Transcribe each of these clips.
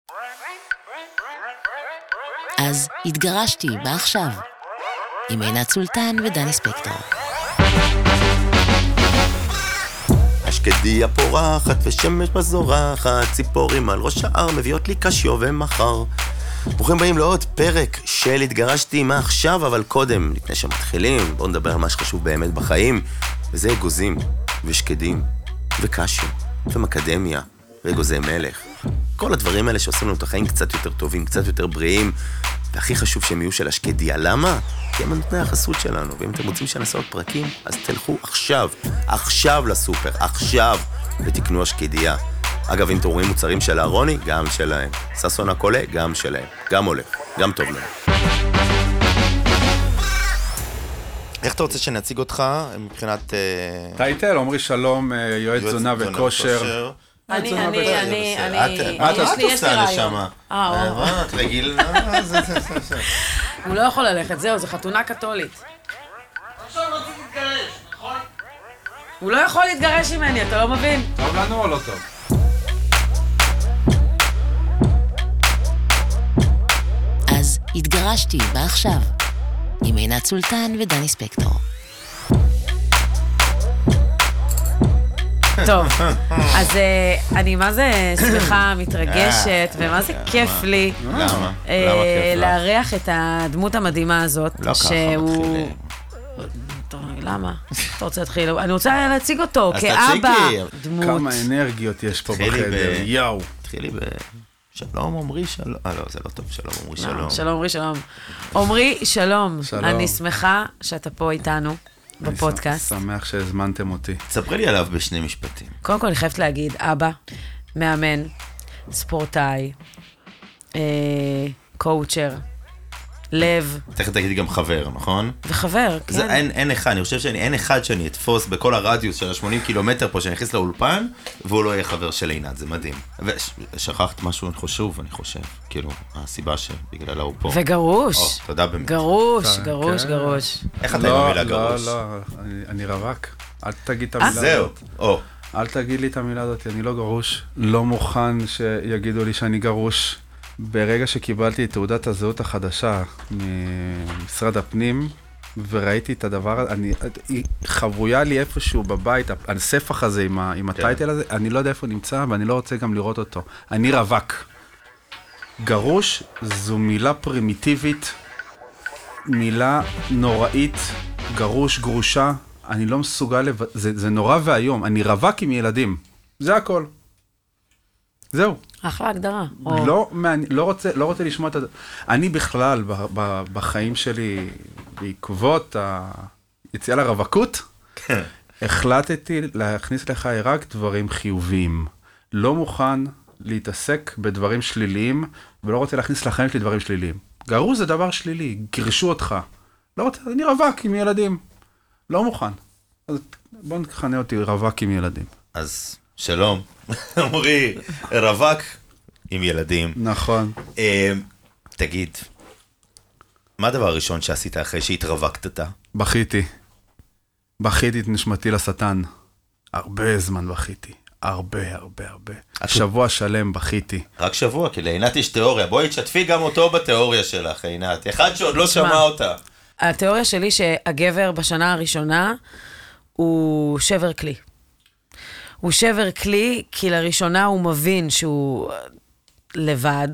אז התגרשתי, מה עכשיו? עם עינת סולטן ודני ספקטור. השקדיה פורחת ושמש בזורחת, ציפורים על ראש ההר מביאות לי קשיו ומחר. ברוכים באים לעוד פרק של התגרשתי, מה עכשיו? אבל קודם, לפני שמתחילים, בואו נדבר על מה שחשוב באמת בחיים, וזה אגוזים ושקדים וקשיו ומקדמיה ואגוזי מלך. כל הדברים האלה שעושים לנו את החיים קצת יותר טובים, קצת יותר בריאים, והכי חשוב שהם יהיו של השקדיה. למה? כי הם נותני החסות שלנו, ואם אתם רוצים שנעשה עוד פרקים, אז תלכו עכשיו לסופר, עכשיו, ותקנו השקדיה. אגב, אם אתם רואים מוצרים של אהרוני, גם שלהם. ססון הקולה, גם שלהם. גם הולך, גם טוב להם. איך אתה רוצה שנציג אותך מבחינת... טייטל, אומרי שלום, יועץ תזונה וכושר. מה את עושה לשם? את רגיל? הוא לא יכול ללכת, זהו, זה חתונה קתולית. עכשיו רציתי להתגרש, נכון? הוא לא יכול להתגרש ממני, אתה לא מבין? טוב לנו או לא טוב? אז התגרשתי, מה עכשיו? עם עינת סולטן ודני ספקטור. טוב, אז אני מה זה שמחה, מתרגשת, ומה זה כיף לי לארח את הדמות המדהימה הזאת, שהוא... למה? אתה רוצה להתחיל? אני רוצה להציג אותו כאבא, דמות. כמה אנרגיות יש פה בחדר, יאו. תתחילי שלום, אומרי שלום. לא, זה לא טוב, שלום, אומרי שלום. שלום, אומרי שלום. אומרי שלום, אני שמחה שאתה פה איתנו. בפודקאסט. אני שמח שהזמנתם אותי. תספרי לי עליו בשני משפטים. קודם כל, אני חייבת להגיד, אבא, מאמן, ספורטאי, קואוצ'ר, לב. תכף תגידי גם חבר, נכון? וחבר, כן. אין אחד, אני חושב שאין אחד שאני אתפוס בכל הרדיוס של 80 קילומטר פה, שאני אכניס לאולפן, והוא לא יהיה חבר של עינת, זה מדהים. ושכחת משהו חשוב, אני חושב, כאילו, הסיבה שבגללה הוא פה. וגרוש. תודה באמת. גרוש. איך אתה עם המילה גרוש? לא, אני רווק. אל תגיד את המילה הזאת. זהו, אל תגיד לי את המילה הזאת, אני לא גרוש. לא מוכן שיגידו לי שאני גרוש. ברגע שקיבלתי את תעודת הזהות החדשה ממשרד הפנים, וראיתי את הדבר, היא חבויה לי איפשהו בבית, הספח הזה עם הטייטל הזה, אני לא יודע איפה נמצא, ואני לא רוצה גם לראות אותו. אני רווק. גרוש זו מילה פרימיטיבית, מילה נוראית, גרוש, גרושה, אני לא מסוגל, זה נורא והיום, אני רווק עם ילדים, זה הכל. זהו. אחלה הגדרה. לא רוצה לשמוע את זה. אני בכלל, בחיים שלי, בעקבות היציאה לרווקות, החלטתי להכניס לחי רק דברים חיוביים. לא מוכן להתעסק בדברים שליליים, ולא רוצה להכניס לחיים שלי דברים שליליים. גרוש זה דבר שלילי, גירשו אותך. לא רוצה, אני רווק עם ילדים. לא מוכן. אז בוא נכנה אותי רווק עם ילדים. אז שלום. אומרי, רווק עם ילדים. נכון. תגיד, מה הדבר הראשון שעשית אחרי שהתרווקת? בכיתי את נשמתי לשטן. הרבה זמן בכיתי. הרבה. שבוע שלם בכיתי. רק שבוע, כי לעינת יש תיאוריה. בואי תשתפי גם אותו בתיאוריה שלך, עינת. אחד שעוד לא שמע אותה. התיאוריה שלי שהגבר בשנה הראשונה הוא שבר כלי. הוא שבר כלי, כי לראשונה הוא מבין שהוא לבד,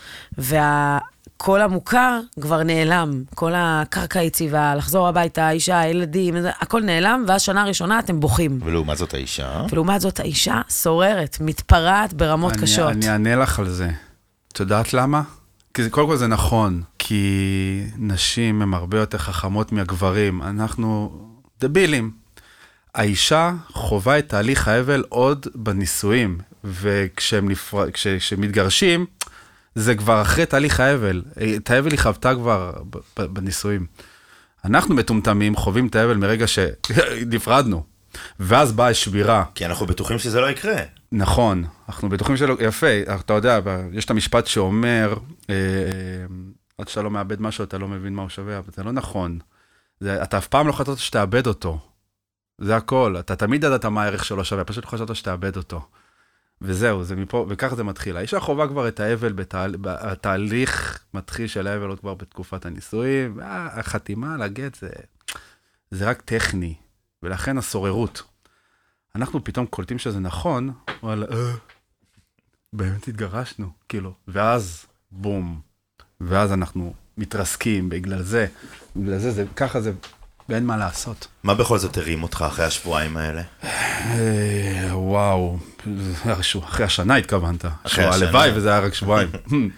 והכל המוכר כבר נעלם. כל הקרקע יציבה, לחזור הביתה, האישה, הילדים, הכל נעלם, ואז שנה הראשונה אתם בוכים. ולעומת זאת האישה? ולעומת זאת האישה סוררת, מתפרעת ברמות קשות. אני אענה לך על זה. את יודעת למה? כי קודם כל זה נכון, כי נשים הן הרבה יותר חכמות מהגברים. אנחנו דבילים. האישה חובה את תהליך האבל עוד בנישואים, וכשהם מתגרשים, זה כבר אחרי תהליך האבל. את האבל היא חוותה כבר בנישואים. אנחנו מטומטמים, חווים את האבל מרגע שנפרדנו, ואז באה שבירה. כי אנחנו בטוחים שזה לא יקרה. נכון, אנחנו בטוחים שלא, יפה, אתה יודע, יש את המשפט שאומר, עד שאתה לא מאבד משהו, אתה לא מבין מה הוא שווה, אבל זה לא נכון. אתה אף פעם לא חשבת שתאבד אותו. זה הכל. אתה תמיד ידעת מה הערך שלו שווה, פשוט לא חשבת שתאבד אותו. וזהו, זה מפה, וכך זה מתחיל. האישה חובה כבר את האבל, התהליך מתחיל של האבל עוד כבר בתקופת הנישואים, החתימה על הגט זה רק טכני, ולכן הסוררות. אנחנו פתאום קולטים שזה נכון, אבל באמת התגרשנו, כאילו, ואז בום, ואז אנחנו מתרסקים בגלל זה, ככה זה, ואין מה לעשות. מה בכל זאת הרים אותך אחרי השבועיים האלה? וואו, אחרי השנה התכוונת. אחרי השנה. הלוואי וזה היה רק שבועיים.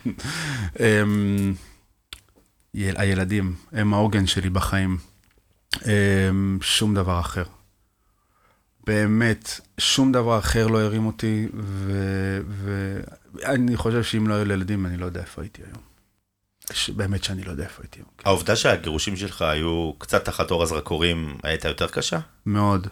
הילדים הם העוגן שלי בחיים. שום דבר אחר. באמת, שום דבר אחר לא הרים אותי, ואני חושב שאם לא היו לילדים, אני לא יודע איפה הייתי היום. באמת שאני לא יודע איפה הייתי היום. העובדה שהגירושים שלך היו קצת תחת אור הזרקורים, הייתה יותר קשה? מאוד.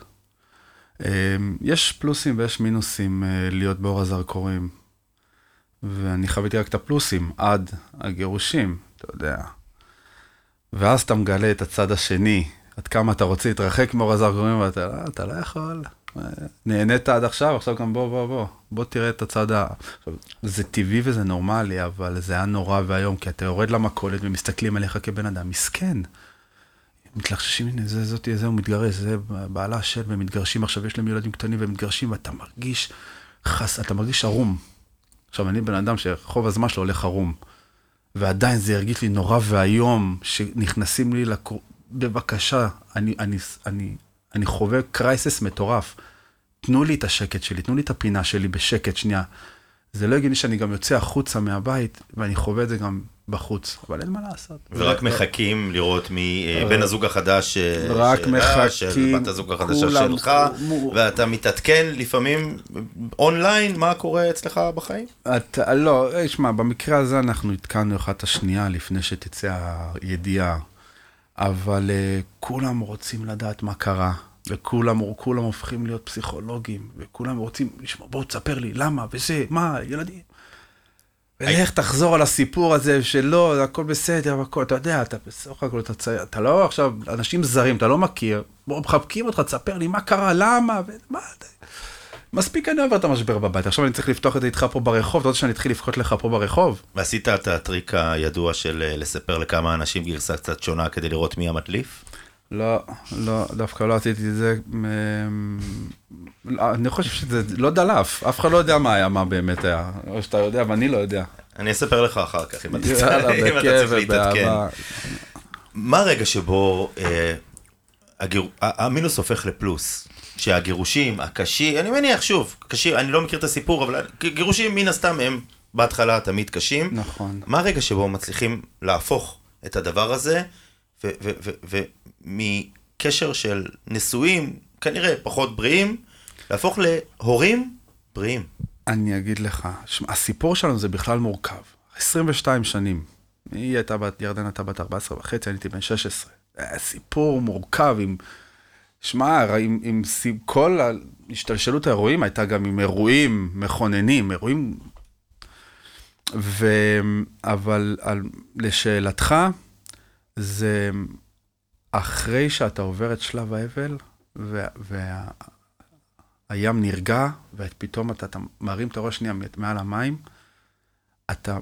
יש פלוסים ויש מינוסים להיות באור הזרקורים, ואני חוויתי רק את הפלוסים עד הגירושים, אתה יודע. ואז אתה מגלה את הצד השני, עד כמה אתה רוצה להתרחק מאור הזרקורים, ואתה לא יכול. נהנית עד עכשיו גם בוא תראה את הצד זה טבעי וזה נורמלי, אבל זה היה נורא והיום, כי אתה יורד למכולת ומסתכלים עליך כבן אדם, מסכן. מתלחששים, הנה, זהו מתגרש, זה בעלה של, ומתגרשים, עכשיו יש להם ילדים קטנים ומתגרשים, ואתה מרגיש ערום. עכשיו, אני בן אדם שרוב הזמן שלו הולך ערום, ועדיין זה הרגיש לי נורא והיום, שנכנסים לי בבקשה, אני חווה קרייסס מטורף. תנו לי את השקט שלי, תנו לי את הפינה שלי בשקט, שנייה. זה לא הגיוני שאני גם יוצא החוצה מהבית, ואני חווה את זה גם בחוץ, אבל אין מה לעשות. ורק מחכים לראות מבן הזוג החדש של בת הזוג החדשה שלך, ואתה מתעדכן לפעמים אונליין, מה קורה אצלך בחיים? לא, שמע, במקרה הזה אנחנו התקענו אחת השנייה לפני שתצא הידיעה, אבל כולם רוצים לדעת מה קרה, וכולם הופכים להיות פסיכולוגים, וכולם רוצים לשמוע, בואו תספר לי, למה, וזה, מה, ילדים. ולך תחזור על הסיפור הזה שלא, זה הכל בסדר, הכל, אתה יודע, אתה בסך הכל, אתה לא עכשיו, אנשים זרים, אתה לא מכיר, בואו מחבקים אותך, תספר לי מה קרה, למה, ומה, מספיק אני עובר את המשבר בבית, עכשיו אני צריך לפתוח את זה איתך פה ברחוב, אתה רוצה שאני אתחיל לפחות לך פה ברחוב? ועשית את הטריק הידוע של לספר לכמה אנשים גרסה קצת שונה כדי לראות מי המדליף? לא, דווקא לא עשיתי את זה, אני חושב שזה לא דלף, אף אחד לא יודע מה היה, מה באמת היה, או שאתה יודע, ואני לא יודע. אני אספר לך אחר כך, אם אתה צריך להתעדכן. מה הרגע שבו המינוס הופך לפלוס? שהגירושים, הקשים, אני מניח שוב, קשים, אני לא מכיר את הסיפור, אבל גירושים מן הסתם הם בהתחלה תמיד קשים. נכון. מה הרגע שבו מצליחים להפוך את הדבר הזה, ומקשר של נשואים, כנראה פחות בריאים, להפוך להורים בריאים? אני אגיד לך, הסיפור שלנו זה בכלל מורכב. 22 שנים. ירדן הייתה בת 14 וחצי, אני הייתי בן 16. סיפור מורכב עם... שמע, עם כל השתלשלות האירועים, הייתה גם עם אירועים מכוננים, אירועים... אבל לשאלתך, זה אחרי שאתה עובר את שלב האבל, והים נרגע, ופתאום אתה מרים את הראש שנייה מעל המים, אתה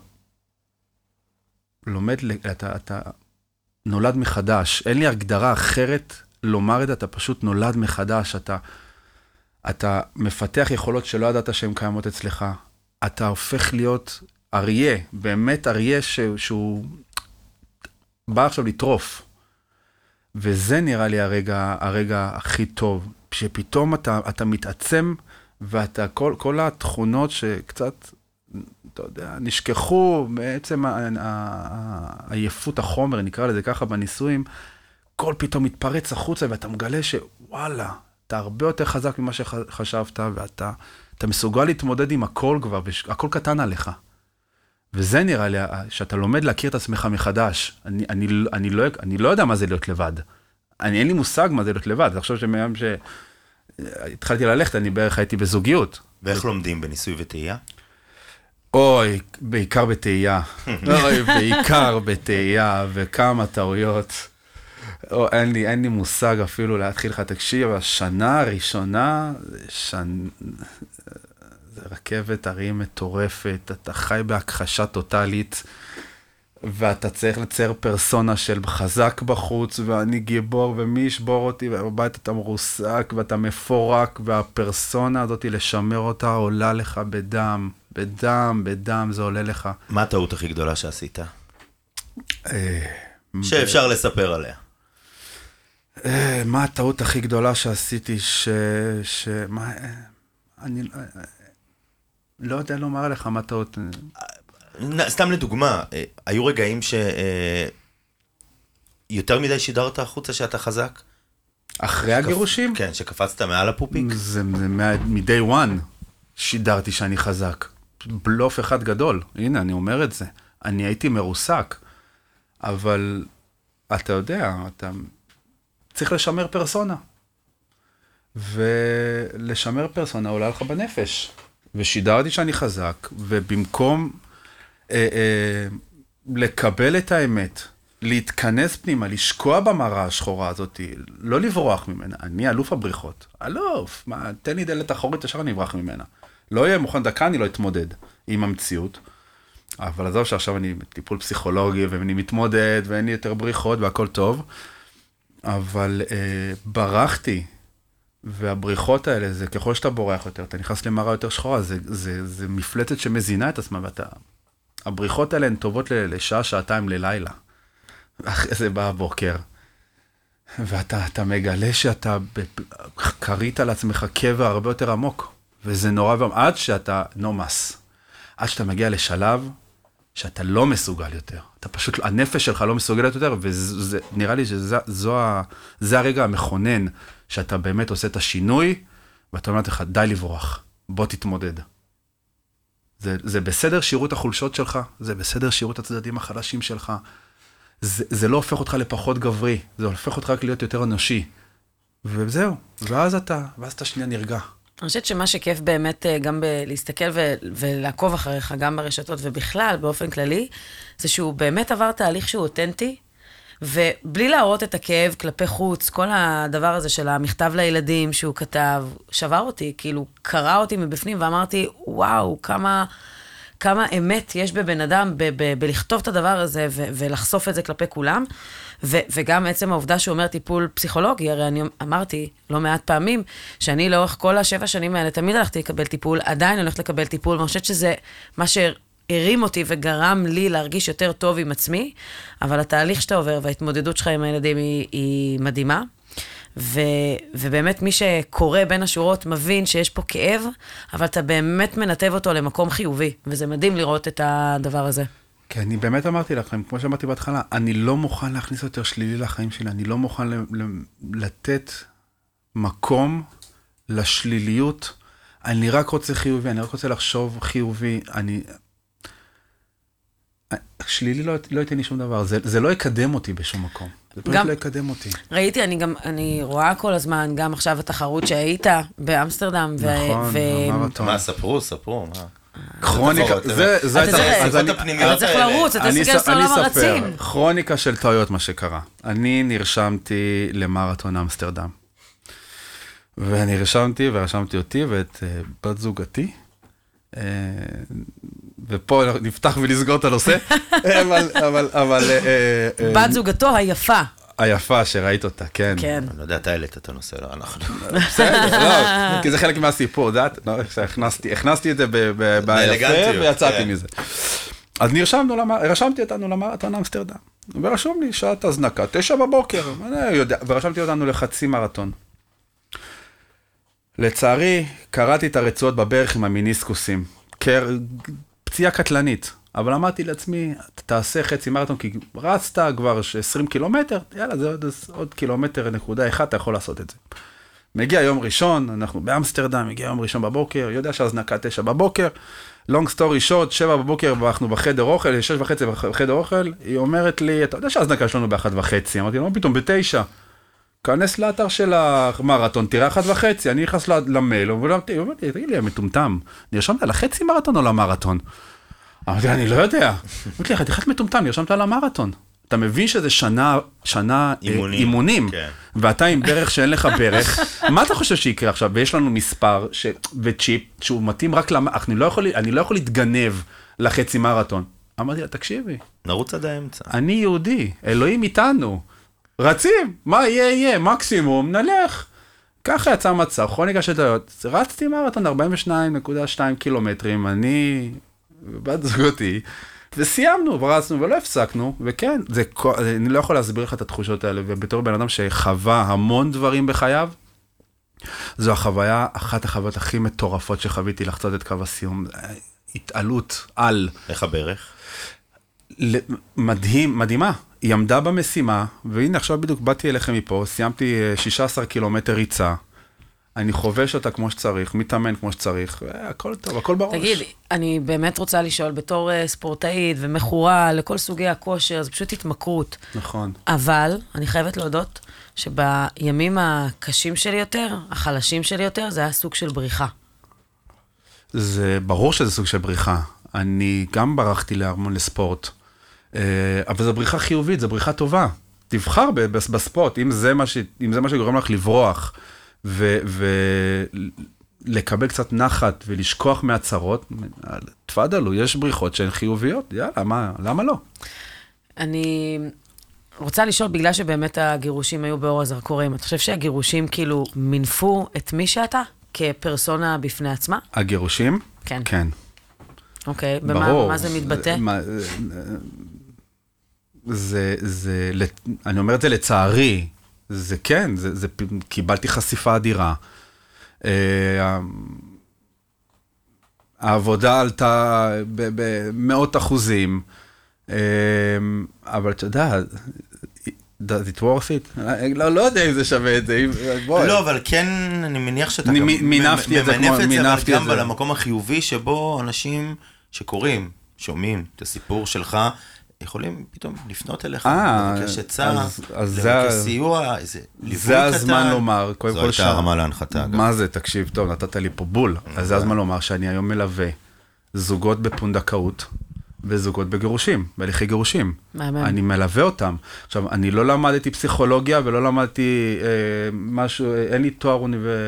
לומד, אתה נולד מחדש. אין לי הגדרה אחרת לומר את זה, אתה פשוט נולד מחדש, אתה מפתח יכולות שלא ידעת שהן קיימות אצלך, אתה הופך להיות אריה, באמת אריה שהוא בא עכשיו לטרוף, וזה נראה לי הרגע הכי טוב, שפתאום אתה מתעצם, ואתה כל התכונות שקצת, אתה יודע, נשכחו בעצם העייפות החומר, נקרא לזה ככה בניסויים, כל פתאום מתפרץ החוצה, ואתה מגלה שוואלה, אתה הרבה יותר חזק ממה שחשבת, ואתה מסוגל להתמודד עם הכל כבר, והכל קטן עליך. וזה נראה לי, שאתה לומד להכיר את עצמך מחדש. אני לא יודע מה זה להיות לבד. אין לי מושג מה זה להיות לבד. אני חושב שמהם שהתחלתי ללכת, אני בערך הייתי בזוגיות. ואיך לומדים בניסוי וטעייה? אוי, בעיקר בתהייה, וכמה טעויות. אין לי מושג אפילו להתחיל לך, תקשיב, השנה הראשונה, זה רכבת הרים מטורפת, אתה חי בהכחשה טוטלית, ואתה צריך לצייר פרסונה של חזק בחוץ, ואני גיבור, ומי ישבור אותי, ובבית אתה מרוסק, ואתה מפורק, והפרסונה הזאת, לשמר אותה, עולה לך בדם, בדם, זה עולה לך. מה הטעות הכי גדולה שעשית? שאפשר לספר עליה. מה הטעות הכי גדולה שעשיתי, אני לא יודע לומר לך מה הטעות. סתם לדוגמה, היו רגעים שיותר מדי שידרת החוצה שאתה חזק? אחרי הגירושים? כן, שקפצת מעל הפופיק? זה מ-day one שידרתי שאני חזק. בלוף אחד גדול, הנה אני אומר את זה. אני הייתי מרוסק, אבל אתה יודע, אתה צריך לשמר פרסונה. ולשמר פרסונה עולה לך בנפש. ושידרתי שאני חזק, ובמקום לקבל את האמת, להתכנס פנימה, לשקוע במראה השחורה הזאת, לא לברוח ממנה. אני אלוף הבריחות. אלוף, מה, תן לי דלת אחורית, ישר אני אברח ממנה. לא יהיה מוכן דקה, אני לא אתמודד עם המציאות. אבל עזוב שעכשיו אני בטיפול פסיכולוגי, ואני מתמודד, ואין לי יותר בריחות, והכל טוב. אבל ברחתי, והבריחות האלה, זה ככל שאתה בורח יותר, אתה נכנס למראה יותר שחורה, זה מפלטת שמזינה את עצמה, הבריחות האלה הן טובות לשעה, שעתיים ללילה. אחרי זה בא הבוקר. ואתה מגלה שאתה קרית על עצמך קבע הרבה יותר עמוק. וזה נורא עד שאתה נומס. עד שאתה מגיע לשלב שאתה לא מסוגל יותר. אתה פשוט, הנפש שלך לא מסוגלת יותר, ונראה לי שזה הרגע המכונן, שאתה באמת עושה את השינוי, ואתה אומר לך, די לברוח, בוא תתמודד. זה בסדר שירות החולשות שלך, זה בסדר שירות הצדדים החלשים שלך, זה לא הופך אותך לפחות גברי, זה הופך אותך רק להיות יותר אנושי. וזהו, ואז אתה שנייה נרגע. אני חושבת שמה שכיף באמת גם להסתכל ולעקוב אחריך, גם ברשתות ובכלל, באופן כללי, זה שהוא באמת עבר תהליך שהוא אותנטי, ובלי להראות את הכאב כלפי חוץ, כל הדבר הזה של המכתב לילדים שהוא כתב, שבר אותי, כאילו קרא אותי מבפנים ואמרתי, וואו, כמה אמת יש בבן אדם בלכתוב את הדבר הזה ולחשוף את זה כלפי כולם, וגם עצם העובדה שהוא אומר טיפול פסיכולוגי, הרי אני אמרתי לא מעט פעמים, שאני לאורך כל 7 שנים האלה תמיד הלכתי לקבל טיפול, עדיין הולכת לקבל טיפול, ואני חושבת שזה מה שהרים אותי וגרם לי להרגיש יותר טוב עם עצמי, אבל התהליך שאתה עובר וההתמודדות שלך עם הילדים היא מדהימה, ובאמת מי שקורא בין השורות מבין שיש פה כאב, אבל אתה באמת מנתב אותו למקום חיובי, וזה מדהים לראות את הדבר הזה. כן, אני באמת אמרתי לכם, כמו שאמרתי בהתחלה, אני לא מוכן להכניס יותר שלילי לחיים שלי, אני לא מוכן לתת מקום לשליליות, אני רק רוצה חיובי, אני רק רוצה לחשוב חיובי, שלילי לא ייתן לי שום דבר, זה לא יקדם אותי בשום מקום. זה פשוט לא יקדם אותי. ראיתי, אני רואה כל הזמן, גם עכשיו התחרות שהיית באמסטרדם. נכון, המרתון. מה, ספרו, מה? כרוניקה, זה אתה צריך לרוץ, אתה מסתכל סולם הרצים. כרוניקה של טעויות מה שקרה. אני נרשמתי למרתון אמסטרדם. ורשמתי אותי ואת בת זוגתי. ופה נפתח ולסגור את הנושא, אבל בת זוגתו היפה שראית אותה, כן. כן. אני לא יודע, אתה העלית את הנושא, לא אנחנו. בסדר, לא, כי זה חלק מהסיפור, הכנסתי את זה ביפה ויצאתי מזה. אז רשמתי אותנו למרתון אמסטרדם, ורשום לי שעת הזנקה, 9 בבוקר, ורשמתי אותנו לחצי מרתון. לצערי, קראתי את הרצועות בברך עם המיניסקוסים, פציעה קטלנית, אבל אמרתי לעצמי, תעשה חצי מרתון, כי רצת כבר 20 קילומטר, יאללה, זה עוד קילומטר נקודה 1, אתה יכול לעשות את זה. מגיע יום ראשון, אנחנו באמסטרדם, מגיע יום ראשון בבוקר, יודע שהזנקה 9 בבוקר, long story short, 7 בבוקר, ואנחנו בחדר אוכל, 6:30 בחדר אוכל, היא אומרת לי, אתה יודע שהזנקה שלנו ב-1:30, אמרתי, לא, פתאום ב-9, כנס לאתר של המרתון, תראה 1:30, אני נכנס למייל, היא אומרת לי, תגיד לי, מטומטם, נרשמת לחצי מרתון או למרתון? אמרתי, אני לא יודע. אמרתי לי, חתיכת מטומטם, נרשמת למרתון. אתה מבין שזה שנה אימונים, ואתה עם ברך שאין לך ברך, מה אתה חושב שיקרה עכשיו? ויש לנו מספר וצ'יפ שהוא מתאים רק אני לא יכול להתגנב לחצי מרתון. אמרתי לה, תקשיבי. נרוץ עד האמצע. אני יהודי, אלוהים איתנו. רצים, מה יהיה, מקסימום, נלך. ככה יצא מצב, כרוניקה של דעות. רצתי מרתון 42.2 קילומטרים, אני בת זוגתי, וסיימנו, ורצנו ולא הפסקנו, וכן, אני לא יכול להסביר לך את התחושות האלה, ובתור בן אדם שחווה המון דברים בחייו, זו החוויה, אחת החוויות הכי מטורפות שחוויתי לחצות את קו הסיום, התעלות על. איך הברך? מדהימה. היא עמדה במשימה, והנה עכשיו בדיוק באתי אליכם מפה, סיימתי 16 קילומטר ריצה, אני חובש אותה כמו שצריך, מתאמן כמו שצריך, הכל טוב, הכל בראש. תגיד, אני באמת רוצה לשאול, בתור ספורטאית ומכורה לכל סוגי הכושר, זה פשוט התמכרות. נכון. אבל אני חייבת להודות שבימים הקשים שלי יותר, החלשים שלי יותר, זה היה סוג של בריחה. זה ברור שזה סוג של בריחה. אני גם ברחתי להרמון לספורט. אבל זו בריחה חיובית, זו בריחה טובה. תבחר בספורט, אם זה מה שגורם לך לברוח, ולקבל קצת נחת ולשכוח מהצרות, תפדלו, יש בריחות שהן חיוביות, יאללה, למה לא? אני רוצה לשאול, בגלל שבאמת הגירושים היו באור הזרקורים, אתה חושב שהגירושים כאילו מנפו את מי שאתה כפרסונה בפני עצמה? הגירושים? כן. כן. אוקיי, במה זה מתבטא? אני אומר את זה לצערי, זה כן, קיבלתי חשיפה אדירה. העבודה עלתה במאות אחוזים, אבל אתה יודע, does it worth it? לא יודע אם זה שווה את זה. לא, אבל כן, אני מניח שאתה גם מינפתי את זה, אבל גם למקום החיובי שבו אנשים שקוראים, שומעים את הסיפור שלך, יכולים פתאום לפנות אליך, לבקש עצה, לבקש סיוע, איזה ליווי קטן. זה הזמן לומר, זו הייתה הרמה להנחתה. מה זה, תקשיב, טוב, נתת לי פה בול. אז זה הזמן לומר שאני היום מלווה זוגות בפונדקאות, וזוגות בגירושים, בהליכי גירושים. אני מלווה אותם. עכשיו, אני לא למדתי פסיכולוגיה, ולא למדתי משהו, אין לי תואר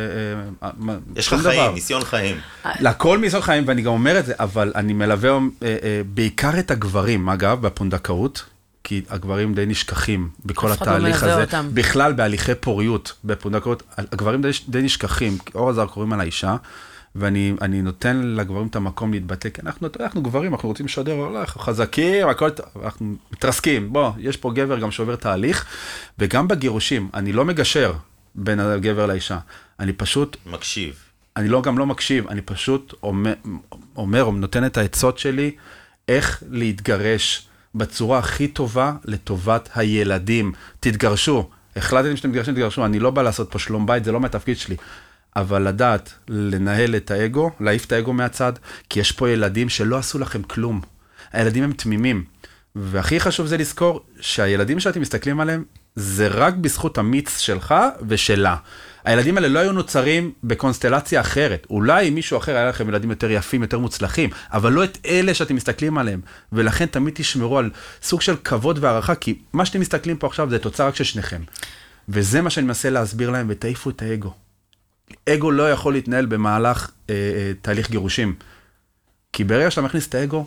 יש לך חיים, ניסיון חיים. לכל ניסיון חיים, ואני גם אומר את זה, אבל אני מלווה בעיקר את הגברים, אגב, בפונדקאות, כי הגברים די נשכחים בכל התהליך הזה. בכלל, בהליכי פוריות, בפונדקאות, הגברים די נשכחים, אור הזר קוראים על האישה, ואני נותן לגברים את המקום להתבטא, כי אנחנו גברים, אנחנו רוצים לשדר, אנחנו חזקים, אנחנו מתרסקים, בוא, יש פה גבר גם שעובר תהליך, וגם בגירושים, אני לא מגשר בין הגבר לאישה, אני פשוט... מקשיב. אני גם לא מקשיב, אני פשוט אומר, נותן את העצות שלי, איך להתגרש בצורה הכי טובה לטובת הילדים. תתגרשו, החלטתם שאתם תתגרשו, אני לא בא לעשות פה שלום בית, זה לא מהתפקיד שלי. אבל לדעת לנהל את האגו, להעיף את האגו מהצד, כי יש פה ילדים שלא עשו לכם כלום. הילדים הם תמימים. והכי חשוב זה לזכור שהילדים שאתם מסתכלים עליהם, זה רק בזכות המיץ שלך ושלה. הילדים האלה לא היו נוצרים בקונסטלציה אחרת. אולי מישהו אחר היה לכם ילדים יותר יפים, יותר מוצלחים, אבל לא את אלה שאתם מסתכלים עליהם. ולכן תמיד תשמרו על סוג של כבוד והערכה, כי מה שאתם מסתכלים פה עכשיו זה תוצר רק של שניכם. וזה מה שאני מנסה להסביר להם, ותעיפו את האגו. אגו לא יכול להתנהל במהלך תהליך גירושים. כי ברגע שאתה מכניס את האגו,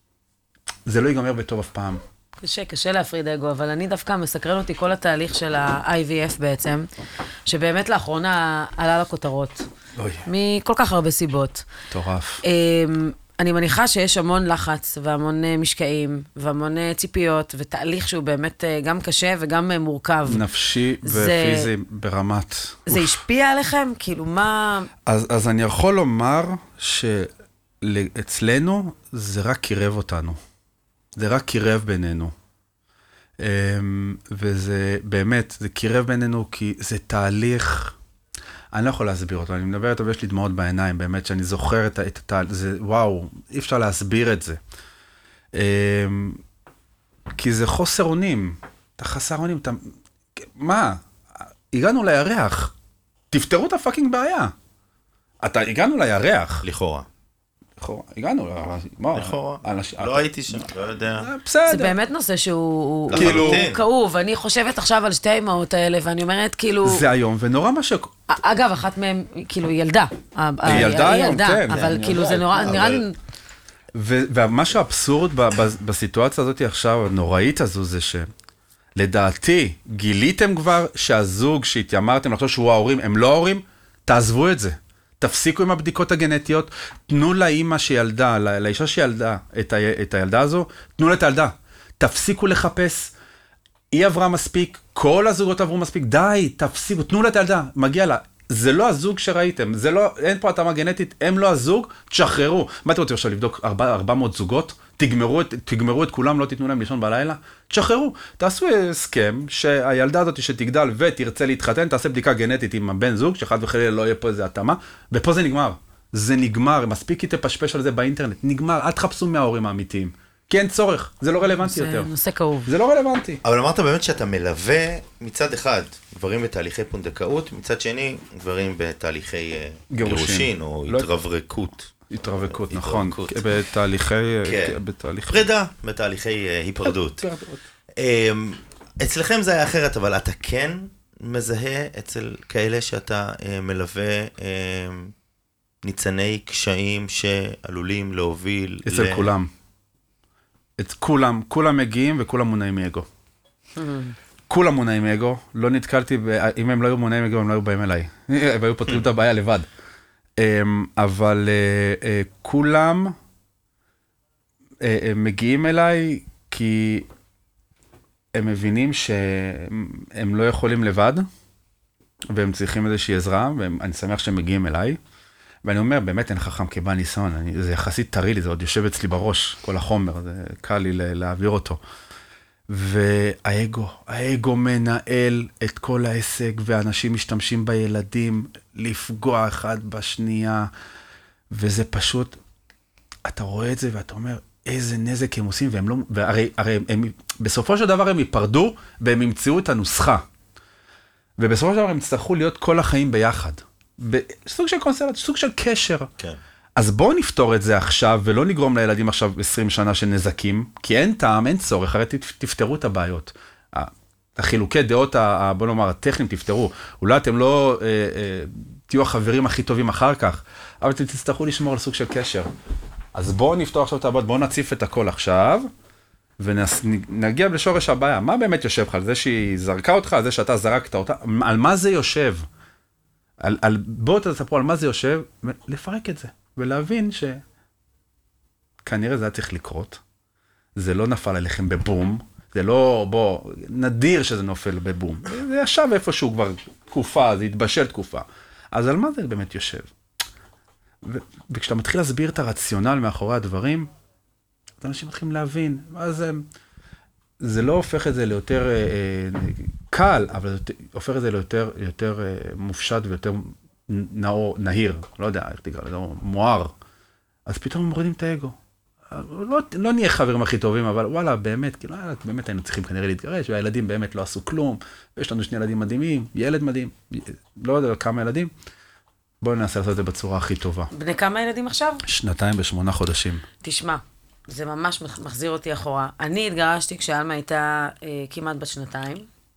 זה לא ייגמר בטוב אף פעם. קשה להפריד אגו, אבל אני דווקא מסקרן אותי כל התהליך של ה-IVF בעצם, שבאמת לאחרונה עלה לכותרות. מכל כך הרבה סיבות. טורף. אני מניחה שיש המון לחץ והמון משקעים והמון ציפיות ותהליך שהוא באמת גם קשה וגם מורכב. נפשי ופיזי ברמת. זה השפיע עליכם? כאילו מה... אז אני יכול לומר שאצלנו זה רק קירב אותנו. זה רק קירב בינינו. וזה באמת, זה קירב בינינו כי זה תהליך... אני לא יכול להסביר אותו, אני מדבר איתו ויש לי דמעות בעיניים, באמת שאני זוכר את התהליך, זה וואו, אי אפשר להסביר את זה. כי זה חוסר אונים, אתה חסר אונים, מה? הגענו לירח, תפתרו את הפאקינג בעיה. הגענו לירח. לכאורה. הגענו, לא הייתי שם, לא יודע. בסדר. זה באמת נושא שהוא כאוב. אני חושבת עכשיו על שתי האמהות האלה, ואני אומרת כאילו... זה היום, ונורא מה אגב, אחת מהן, כאילו, ילדה. היא ילדה היום, כן. אבל כאילו, זה נראה לי... ומה שהאבסורד בסיטואציה הזאת עכשיו, הנוראית הזו, זה שלדעתי, גיליתם כבר שהזוג שהתיימרתם לחשוב שהוא ההורים, הם לא ההורים, תעזבו את זה. תפסיקו עם הבדיקות הגנטיות, תנו לאמא שילדה, לאישה שילדה את הילדה הזו, תנו לה את הילדה. תפסיקו לחפש, היא עברה מספיק, כל הזוגות עברו מספיק, די, תפסיקו, תנו לה את הילדה, מגיע לה. זה לא הזוג שראיתם, אין פה התאמה גנטית, הם לא הזוג, תשחררו. מה אתם רוצים עכשיו לבדוק 400 זוגות? תגמרו את כולם, לא תיתנו להם לישון בלילה? תשחררו, תעשו הסכם שהילדה הזאת שתגדל ותרצה להתחתן, תעשה בדיקה גנטית עם הבן זוג, שאחד וחלילה לא יהיה פה איזה התאמה, ופה זה נגמר. זה נגמר, מספיק היא תפשפש על זה באינטרנט, נגמר, אל תחפשו מההורים האמיתיים. כי אין צורך, זה לא רלוונטי יותר. זה נושא כאוב. זה לא רלוונטי. אבל אמרת באמת שאתה מלווה מצד אחד גברים בתהליכי פונדקאות, מצד שני גברים בתהליכי גירושין או התרברקות. התרווקות, נכון. בתהליכי... פרידה, בתהליכי היפרדות. אצלכם זה היה אחרת, אבל אתה כן מזהה אצל כאלה שאתה מלווה ניצני קשיים שעלולים להוביל... אצל כולם. את כולם מגיעים וכולם מונעים מאגו. כולם מונעים מאגו, לא נתקלתי, אם הם לא היו מונעים מאגו, הם לא היו באים אליי. הם היו פותרים את הבעיה לבד. אבל כולם מגיעים אליי כי הם מבינים שהם לא יכולים לבד, והם צריכים איזושהי עזרה, ואני שמח שהם מגיעים אליי. ואני אומר, באמת אין חכם כבעל ניסיון, זה יחסית טרי לי, זה עוד יושב אצלי בראש, כל החומר, זה קל לי להעביר אותו. והאגו מנהל את כל העסק, ואנשים משתמשים בילדים לפגוע אחד בשנייה, וזה פשוט, אתה רואה את זה ואתה אומר, איזה נזק הם עושים, והם לא, והרי בסופו של דבר הם ייפרדו, והם ימצאו את הנוסחה. ובסופו של דבר הם יצטרכו להיות כל החיים ביחד. בסוג של קונסטלציה, סוג של קשר. כן. אז בואו נפתור את זה עכשיו, ולא נגרום לילדים עכשיו 20 שנה של נזקים, כי אין טעם, אין צורך, הרי תפתרו את הבעיות. החילוקי דעות, בוא נאמר, הטכניים תפתרו. אולי אתם לא תהיו החברים הכי טובים אחר כך, אבל אתם תצטרכו לשמור על סוג של קשר. אז בואו נפתור עכשיו את הבעיות, בואו נציף את הכל עכשיו, ונגיע לשורש הבעיה. מה באמת יושב לך? על זה שהיא זרקה אותך, על זה שאתה זרקת אותה? על מה זה יושב? בואו תספרו על מה זה יושב, ולפרק את זה, ולהבין שכנראה זה היה צריך לקרות. זה לא נפל עליכם בבום, זה לא, נדיר שזה נופל בבום. זה ישב איפשהו כבר תקופה, זה התבשל תקופה. אז על מה זה באמת יושב? וכשאתה מתחיל להסביר את הרציונל מאחורי הדברים, אז אנשים מתחילים להבין, אז זה לא הופך את זה ליותר קל, אבל זה הופך את זה ליותר מופשט ויותר נהיר, לא יודע איך תקרא לזה, מואר. אז פתאום מורידים את האגו. לא נהיה חברים הכי טובים, אבל וואלה, באמת, באמת היינו צריכים כנראה להתגרש, והילדים באמת לא עשו כלום, ויש לנו 2 ילדים מדהימים, ילד מדהים, לא יודע כמה ילדים, בואו ננסה לעשות את זה בצורה הכי טובה. בני כמה ילדים עכשיו? 2 ו8 חודשים. תשמע, זה ממש מחזיר אותי אחורה. אני התגרשתי כשאלמה הייתה כמעט בת 2,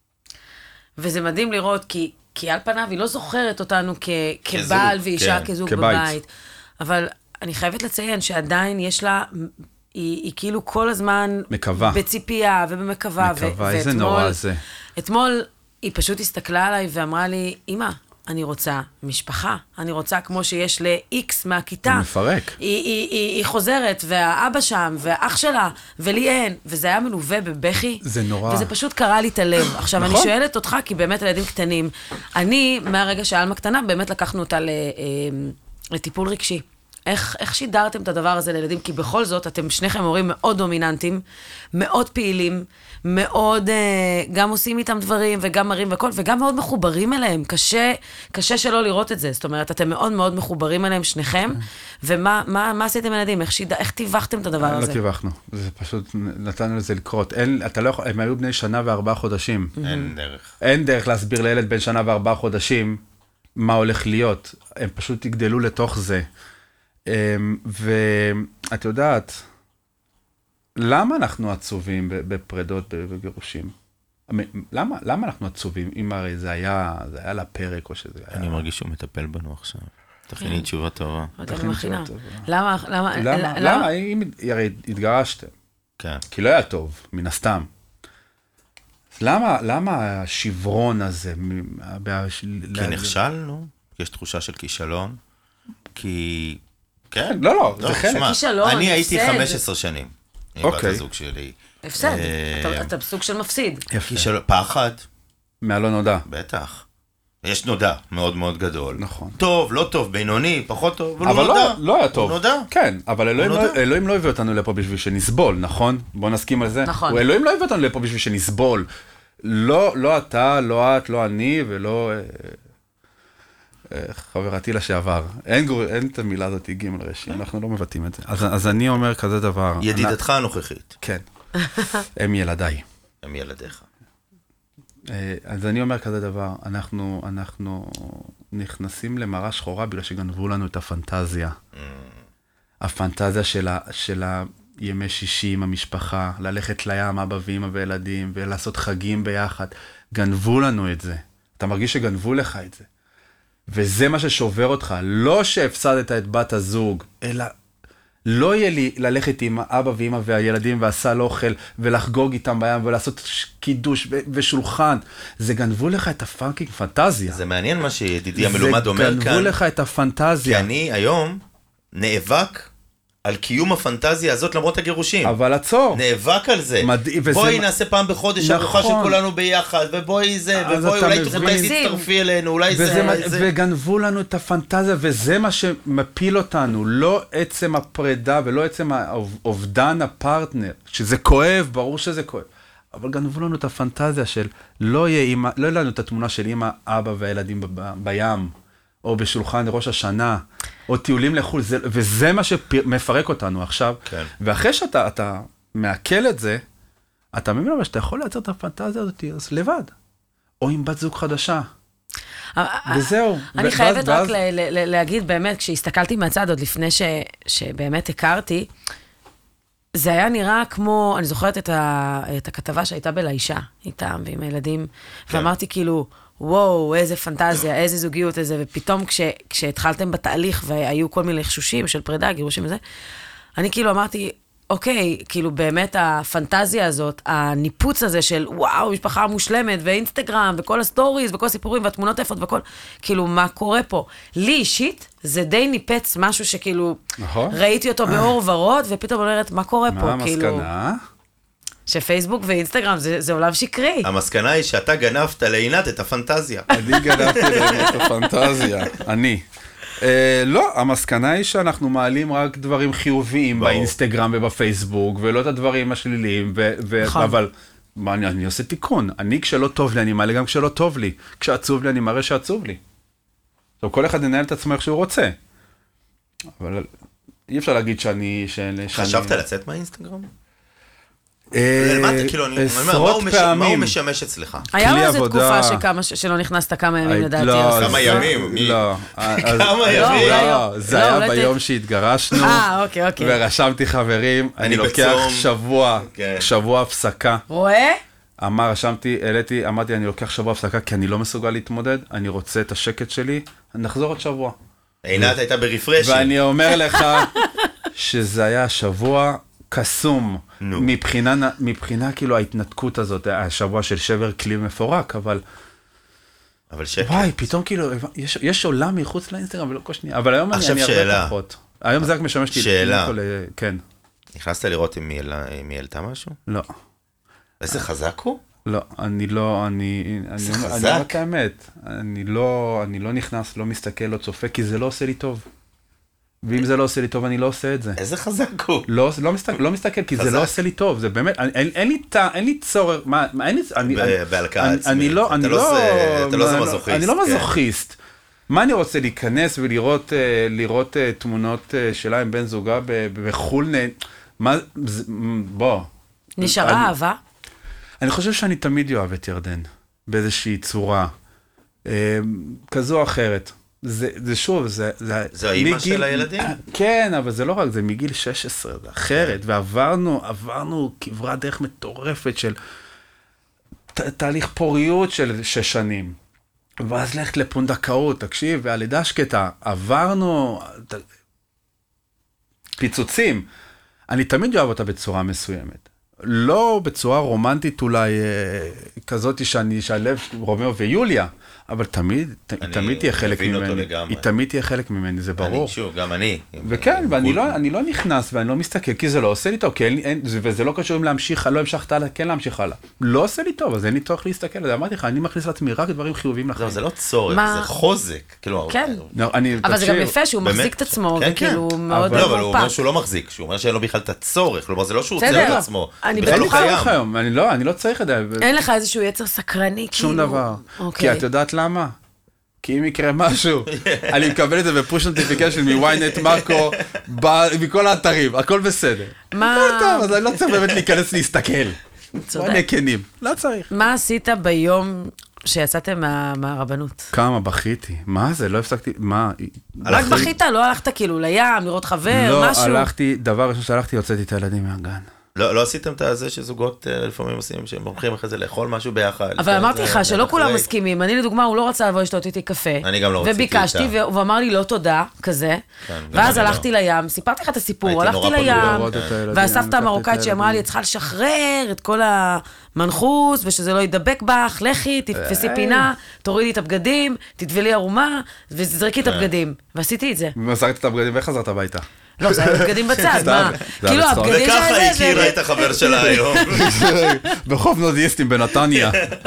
וזה מדהים לראות, כי על פניו היא לא זוכרת אותנו כבעל ואישה, כזוג בבית. אבל אני חייבת לציין שעדיין יש לה, היא כאילו כל הזמן מקווה. בציפייה ובמקווה. מקווה, איזה נורא זה. אתמול היא פשוט הסתכלה עליי ואמרה לי, אמא, אני רוצה משפחה, אני רוצה כמו שיש ל-X מהכיתה. זה מפרק. היא חוזרת, והאבא שם, והאח שלה, ולי אין, וזה היה מלווה בבכי. זה נורא. וזה פשוט קרא לי את הלב. עכשיו, נכון? אני שואלת אותך, כי באמת ילדים קטנים, אני, מהרגע שאלמה קטנה, באמת לקחנו אותה לטיפול רגשי. איך שידרתם את הדבר הזה לילדים? כי בכל זאת, אתם שניכם הורים מאוד דומיננטיים, מאוד פעילים, מאוד גם עושים איתם דברים, וגם מראים וכל, וגם מאוד מחוברים אליהם. קשה שלא לראות את זה. זאת אומרת, אתם מאוד מאוד מחוברים אליהם שניכם, ומה עשיתם ילדים? איך טיווחתם את הדבר הזה? לא טיווחנו. זה פשוט נתנו לזה לקרות. הם היו בני 1 ו4 חודשים. אין דרך. אין דרך להסביר לילד בן 1 ו4 חודשים מה הולך להיות. הם פשוט יגדלו לתוך זה. ואת יודעת, למה אנחנו עצובים בפרדות וגירושים? למה אנחנו עצובים? אם הרי זה היה לפרק או שזה היה... אני מרגיש שהוא מטפל בנו עכשיו. תכיני תשובה טובה. תכיני תשובה טובה. למה? הרי התגרשתם. כן. כי לא היה טוב, מן הסתם. למה השברון הזה? כי נכשלנו, יש תחושה של כישלון, כי... כן. לא, זה חלק. כישלון, אני הייתי 15 שנים עם בת הזוג שלי. הפסד, אתה סוג של מפסיד. פחד. מהלא נודע. בטח. יש נודע מאוד מאוד גדול. נכון. טוב, לא טוב, בינוני, פחות טוב, אבל לא היה טוב. הוא נודע. כן, אבל אלוהים לא הביא אותנו לפה בשביל שנסבול, נכון? בוא נסכים על זה. נכון. אלוהים לא הביא אותנו לפה בשביל שנסבול. לא אתה, לא את, לא אני, ולא חברתי לשעבר. אין את המילה הזאת, ג' רש"י, אנחנו לא מבטאים את זה. אז אני אומר כזה דבר. ידידתך הנוכחית. כן. הם ילדיי. הם ילדיך. אז אני אומר כזה דבר, אנחנו נכנסים למראה שחורה בגלל שגנבו לנו את הפנטזיה. הפנטזיה של הימי שישי עם המשפחה, ללכת לים, אבא ואמא וילדים, ולעשות חגים ביחד. גנבו לנו את זה. אתה מרגיש שגנבו לך את זה. וזה מה ששובר אותך. לא שהפסדת את בת הזוג, אלא לא יהיה לי ללכת עם אבא ואמא והילדים ועשה אוכל ולחגוג איתם בים ולעשות קידוש ושולחן. זה גנבו לך את הפאקינג פנטזיה. זה מעניין מה שידידי המלומד אומר כאן. זה גנבו לך את הפנטזיה. כי אני היום נאבק על קיום הפנטזיה הזאת למרות הגירושים. אבל עצור. נאבק על זה. בואי נעשה פעם בחודש ארוחה של כולנו ביחד, ובואי זה, ובואי אולי תצטרפי אלינו, אולי זה. וגנבו לנו את הפנטזיה, וזה מה שמפיל אותנו, לא עצם הפרידה ולא עצם האובדן הפרטנר, שזה כואב, ברור שזה כואב. אבל גנבו לנו את הפנטזיה של לא יהיה לנו את התמונה של אמא, אבא והילדים בים. או בשולחן ראש השנה, או טיולים לחול, וזה מה שמפרק אותנו עכשיו. כן. ואחרי שאתה מעכל את זה, אתה מבין אבל שאתה יכול לייצר את הפנטזיה הזאת, אז לבד. או עם בת זוג חדשה. וזהו. אני חייבת רק להגיד, באמת, כשהסתכלתי מהצד, עוד לפני שבאמת הכרתי, זה היה נראה כמו, אני זוכרת את הכתבה שהייתה בלאישה, איתם ועם הילדים, ואמרתי כאילו, וואו, איזה פנטזיה, איזה זוגיות, איזה, ופתאום כשהתחלתם בתהליך והיו כל מיני לחשושים של פרידה, גירושים וזה, אני כאילו אמרתי, אוקיי, כאילו באמת הפנטזיה הזאת, הניפוץ הזה של וואו, משפחה מושלמת, ואינסטגרם, וכל הסטוריז, וכל הסיפורים, והתמונות איפות, וכל, כאילו, מה קורה פה? לי אישית, זה די ניפץ משהו שכאילו, ראיתי אותו באור ורוד, ופתאום אומרת, מה קורה פה? מה המסקנה? שפייסבוק ואינסטגרם זה עולם שקרי. המסקנה היא שאתה גנבת לעינת את הפנטזיה. אני גנבתי לעינת את הפנטזיה. אני. לא, המסקנה היא שאנחנו מעלים רק דברים חיוביים באינסטגרם ובפייסבוק, ולא את הדברים השליליים, אבל אני עושה תיקון. אני כשלא טוב לי, אני מעלה גם כשלא טוב לי. כשעצוב לי, אני מראה שעצוב לי. עכשיו, כל אחד ינהל את עצמו איך שהוא רוצה. אבל אי אפשר להגיד שאני... חשבת לצאת מהאינסטגרם? עשרות פעמים. מה הוא משמש אצלך? היה לו איזה תקופה שלא נכנסת כמה ימים לדעתי. כמה ימים? לא. כמה ימים? לא, זה היה ביום שהתגרשנו. אוקיי. ורשמתי חברים, אני לוקח שבוע הפסקה. רואה? אמרתי, אני לוקח שבוע הפסקה כי אני לא מסוגל להתמודד, אני רוצה את השקט שלי, נחזור עוד שבוע. עינת הייתה ברפרשים. ואני אומר לך שזה היה שבוע קסום, מבחינה כאילו ההתנתקות הזאת, השבוע של שבר כלי מפורק, אבל שקט. וואי, פתאום כאילו, יש עולם מחוץ לאינסטגרם ולא כל שנייה, אבל היום אני הרבה פחות. היום זה רק משמש לי. שאלה. כן. נכנסת לראות אם היא העלתה משהו? לא. איזה חזק הוא? לא, אני אומר את האמת, אני לא נכנס, לא מסתכל, לא צופה, כי זה לא עושה לי טוב. ואם זה לא עושה לי טוב, אני לא עושה את זה. איזה חזק הוא. לא מסתכל, כי זה לא עושה לי טוב, זה באמת, אין לי צורך, בהלקאה עצמית, אתה לא מזוכיסט. אני לא מזוכיסט. מה אני רוצה להיכנס ולראות תמונות שלה עם בן זוגה בחול, בוא. נשארה אהבה? אני חושב שאני תמיד אוהב את ירדן, באיזושהי צורה, כזו או אחרת. זה שוב, זה האמא של הילדים? כן, אבל זה לא רק, זה מגיל 16, זה אחרת, ועברנו כברת דרך מטורפת של תהליך פוריות של 6 שנים, ואז ללכת לפונדקאות, תקשיב, והלידה שקטה, עברנו פיצוצים. אני תמיד אוהב אותה בצורה מסוימת. לא בצורה רומנטית אולי כזאת שהלב רומאו ויוליה, אבל תמיד תהיה חלק ממני. היא תמיד תהיה חלק ממני, זה ברור. שוב, גם אני. וכן, ואני לא נכנס ואני לא מסתכל, כי זה לא עושה לי טוב, וזה לא קשור אם להמשיך, לא המשכת הלאה, כן להמשיך הלאה. לא עושה לי טוב, אז אין לי צורך להסתכל. אמרתי לך, אני מכניס לעצמי רק דברים חיוביים לחיים. זה לא צורך, זה חוזק. כן, אבל זה גם יפה שהוא מחזיק את עצמו, וכאילו מאוד לא, אבל הוא אומר שהוא לא מחזיק, שהוא אומר שאין לו בכלל את הצורך, כלומר זה לא שהוא רוצה את עצמו, בכלל הוא קיים. אני לא צריך את זה. אין לך איזשהו יצר סקרני, שום דבר. כי את יודעת למה? כי אם יקרה משהו, אני מקבל את זה בפוש נוטיפיקיישן מוויינט מרקו, מכל האתרים, הכל בסדר. מה? טוב, אז אני לא צריך באמת להיכנס להסתכל. בוא נהיה כנים, לא צריך. מה עשית ביום שיצאתם מהרבנות? כמה בכיתי, מה זה? לא הפסקתי, מה? רק בכית, לא הלכת כאילו לים, לראות חבר, משהו? לא, הלכתי, דבר ראשון שהלכתי, הוצאתי את הילדים מהגן. לא עשיתם את הזה שזוגות לפעמים עושים, שהם הולכים אחרי זה לאכול משהו ביחד. אבל אמרתי לך שלא כולם מסכימים. אני לדוגמה, הוא לא רצה לבוא לשתות איתי קפה. אני גם לא רציתי איתה. וביקשתי, והוא אמר לי לא תודה, כזה. ואז הלכתי לים, סיפרתי לך את הסיפור, הלכתי לים, והסבתא המרוקאית שאמרה לי, צריכה לשחרר את כל המנחוס, ושזה לא ידבק בך, לכי, תתפסי פינה, תורידי את הבגדים, תטבלי ערומה, וזרקי את הבגדים. ועשיתי את זה. וזרקת את הבגדים וחזרת הביתה. לא, זה היה בגדים בצד, מה? כאילו, הבגדים וככה היא הכירה את החבר שלה היום. בחוף נודיסטים בנתניה.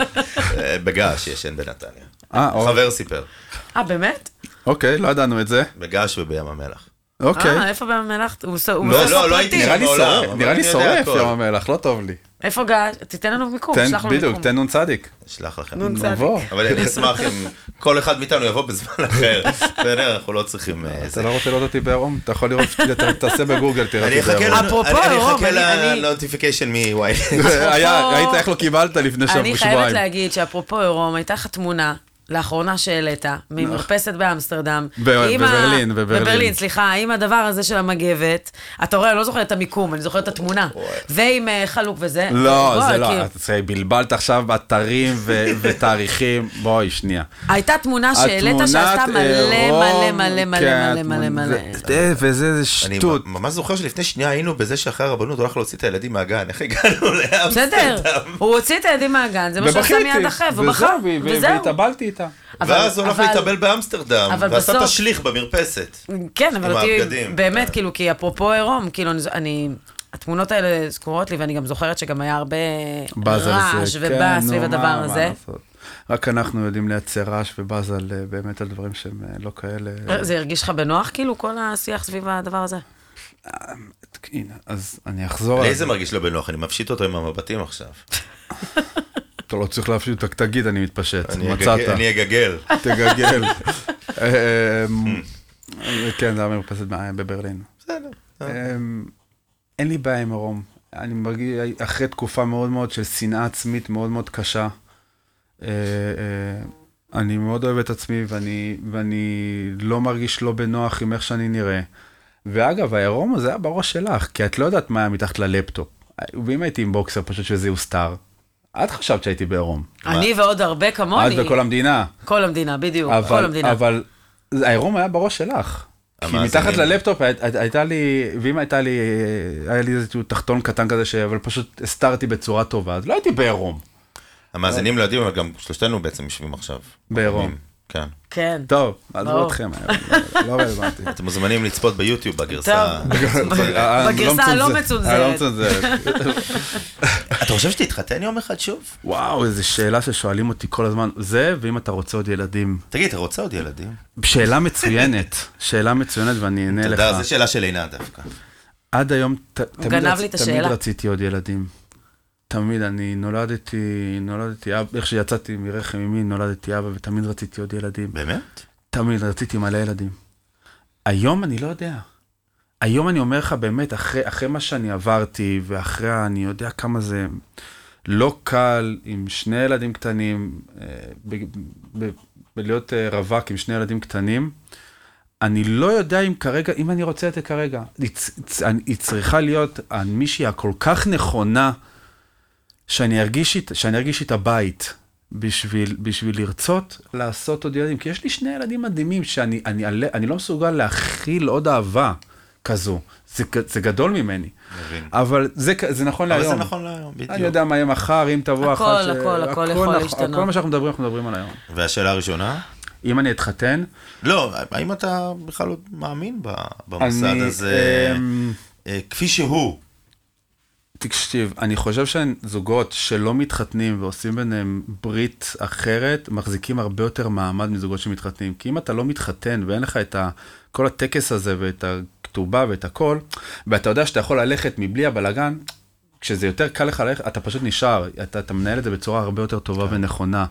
בגש ישן בנתניה. חבר סיפר. באמת? אוקיי, לא ידענו את זה. בגש ובים המלח. אוקיי. איפה בים המלח? לא הייתי שם מעולם. נראה לי שורף ים המלח, לא טוב לי. איפה גש? תיתן לנו מיקום, שלח לנו מיקום. בדיוק, תן נון צדיק. שלח לכם. נון צדיק. אבל אני אשמח אם כל אחד מאיתנו יבוא בזמן אחר. אנחנו לא צריכים... אתה לא רוצה לראות אותי בעירום? אתה יכול לראות, תעשה בגוגל, תראה אותי בעירום. אפרופו עירום, אני אחכה לנוטיפיקיישן מוואי. היית איך לא קיבלת לפני שבועיים. אני חייבת להגיד שאפרופו עירום, הייתה לך תמונה, לאחרונה שהעלית, ממרפסת באמסטרדם. בברלין, סליחה, עם הדבר הזה של המגבת, אתה רואה, אני לא זוכרת את המיקום, אני זוכרת את התמונה, ועם חלוק וזה. לא, זה לא, בלבלת עכשיו באתרים ותאריכים, בואי, שנייה. הייתה תמונה שהעלית שעשתה מלא. וזה שטות. אני ממש זוכר שלפני שנייה היינו בזה שאחרי הרבנות הולך להוציא את הילדים מהגן, איך הגענו לאמסטרדם? בסדר, הוא הוציא את הילדים מהגן, זה מה שעשה מיד אחרי, ובחר, והתאבלתי איתה. ואז הוא הולך להתאבל באמסטרדם, ועשה תשליך במרפסת. כן, אבל אותי באמת, כאילו, כי אפרופו עירום, כאילו, התמונות האלה זכורות לי, ואני גם זוכרת שגם היה הרבה רעש ובא סביב הדבר הזה. רק אנחנו יודעים לייצר רעש ובאז באמת על דברים שהם לא כאלה. זה הרגיש לך בנוח, כאילו, כל השיח סביב הדבר הזה? הנה, אז אני אחזור... לי זה מרגיש לא בנוח, אני מפשיט אותו עם המבטים עכשיו. אתה לא צריך להפשיט, תגיד, אני מתפשט. מצאת. אני אגגל. תגגל. כן, זה היה מרפסת בברלין. בסדר. אין לי בעיה עם עירום. אני מרגיש, אחרי תקופה מאוד מאוד של שנאה עצמית מאוד מאוד קשה, אני מאוד אוהב את עצמי, ואני לא מרגיש לא בנוח עם איך שאני נראה. ואגב, העירום הזה היה בראש שלך, כי את לא יודעת מה היה מתחת ללפטופ. ואם הייתי עם בוקסר, פשוט שזה יוסתר. את חשבת שהייתי בעירום. אני ועוד הרבה כמוני. את וכל המדינה. כל המדינה, בדיוק, כל המדינה. אבל העירום היה בראש שלך. כי מתחת ללפטופ הייתה לי, ואם היה לי איזשהו תחתון קטן כזה, אבל פשוט הסתרתי בצורה טובה, אז לא הייתי בעירום. המאזינים לא יודעים, אבל גם שלושתנו בעצם יושבים עכשיו. בעירום. כן. כן. טוב, עזבו אתכם. לא רלוונטי. אתם מוזמנים לצפות ביוטיוב בגרסה... בגרסה הלא מצונזרת. אתה חושב שתתחתן יום אחד שוב? וואו, איזו שאלה ששואלים אותי כל הזמן. זה, ואם אתה רוצה עוד ילדים. תגיד, אתה רוצה עוד ילדים? שאלה מצוינת. שאלה מצוינת, ואני אענה לך. אתה יודע, זו שאלה של עינה דווקא. עד היום, תמיד רציתי עוד ילדים. תמיד, אני נולדתי, איך שיצאתי מרחם אמי, נולדתי אבא, ותמיד רציתי עוד ילדים. באמת? תמיד, רציתי מלא ילדים. היום אני לא יודע. היום אני אומר לך באמת, אחרי מה שאני עברתי, ואחרי, אני יודע כמה זה לא קל, עם 2 ילדים קטנים, ולהיות רווק עם 2 ילדים קטנים, אני לא יודע אם כרגע, אם אני רוצה את זה כרגע, היא צריכה להיות מישהי הכל כך נכונה, שאני ארגיש את הבית, בשביל לרצות לעשות עוד ילדים, כי יש לי 2 ילדים מדהימים, שאני לא מסוגל להכיל עוד אהבה כזו, זה גדול ממני, אבל זה נכון להיום. אבל זה נכון להיום, בדיוק. אני יודע מה יהיה מחר, אם תבוא אחת הכל יכול להשתנות. כל מה שאנחנו מדברים על היום. והשאלה הראשונה? אם אני אתחתן? לא, האם אתה בכלל לא מאמין במוסד הזה, כפי שהוא? תקשיב, אני חושב שזוגות שלא מתחתנים ועושים ביניהם ברית אחרת, מחזיקים הרבה יותר מעמד מזוגות שמתחתנים. כי אם אתה לא מתחתן ואין לך את כל הטקס הזה ואת הכתובה ואת הכל, ואתה יודע שאתה יכול ללכת מבלי הבלגן, כשזה יותר קל לך ללכת, אתה פשוט נשאר, אתה מנהל את זה בצורה הרבה יותר טובה ונכונה.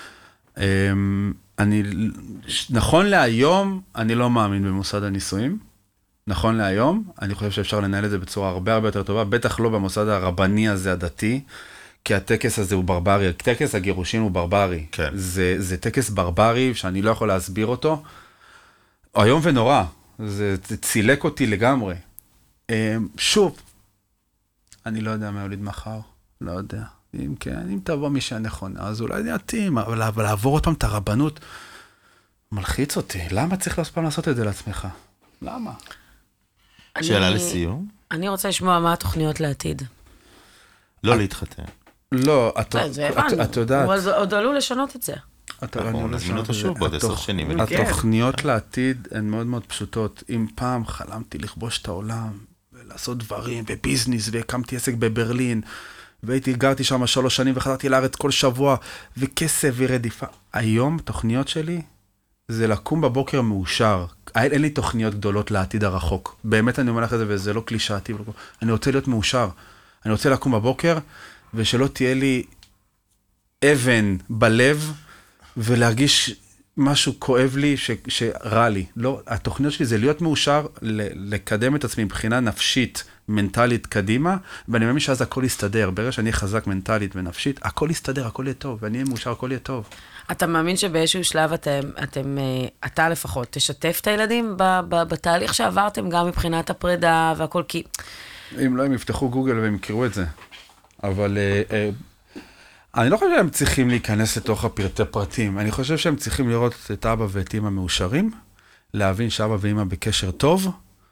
נכון להיום, אני לא מאמין במוסד הנישואים. נכון להיום, אני חושב שאפשר לנהל את זה בצורה הרבה הרבה יותר טובה, בטח לא במוסד הרבני הזה הדתי, כי הטקס הזה הוא ברברי, טקס הגירושין הוא ברברי. כן. זה טקס ברברי שאני לא יכול להסביר אותו. היום ונורא, זה צילק אותי לגמרי. שוב, אני לא יודע מה יוליד מחר, לא יודע. אם כן, אם תבוא מישהי הנכונה, אז אולי נעתים, אבל לעבור עוד פעם את הרבנות, מלחיץ אותי. למה צריך פעם לעשות את זה לעצמך? למה? שאלה לסיום? אני רוצה לשמוע מה התוכניות לעתיד. לא להתחתן. לא, זה הבנו. את יודעת. אבל עוד עלו לשנות את זה. נזמין אותו שוב בעוד 10 שנים. התוכניות לעתיד הן מאוד מאוד פשוטות. אם פעם חלמתי לכבוש את העולם, ולעשות דברים, וביזנס, והקמתי עסק בברלין, גרתי שם 3 שנים, וחזרתי לארץ כל שבוע, וכסף ורדיפה. היום, תוכניות שלי, זה לקום בבוקר מאושר. אין לי תוכניות גדולות לעתיד הרחוק. באמת אני אומר לך את זה, וזה לא קלישאתי. אני רוצה להיות מאושר. אני רוצה לקום בבוקר, ושלא תהיה לי אבן בלב, ולהרגיש משהו כואב לי, שרע לי. לא, התוכניות שלי זה להיות מאושר, לקדם את עצמי מבחינה נפשית, מנטלית קדימה, ואני מאמין שאז הכל יסתדר. ברגע שאני חזק מנטלית ונפשית, הכל יסתדר, הכל יהיה טוב, ואני אהיה מאושר, הכל יהיה טוב. אתה מאמין שבאיזשהו שלב אתה לפחות תשתף את הילדים בתהליך שעברתם, גם מבחינת הפרידה והכל, כי... אם לא, הם יפתחו גוגל והם יקראו את זה. אבל אני לא חושב שהם צריכים להיכנס לתוך הפרטי פרטים. אני חושב שהם צריכים לראות את אבא ואת אמא מאושרים, להבין שאבא ואמא בקשר טוב,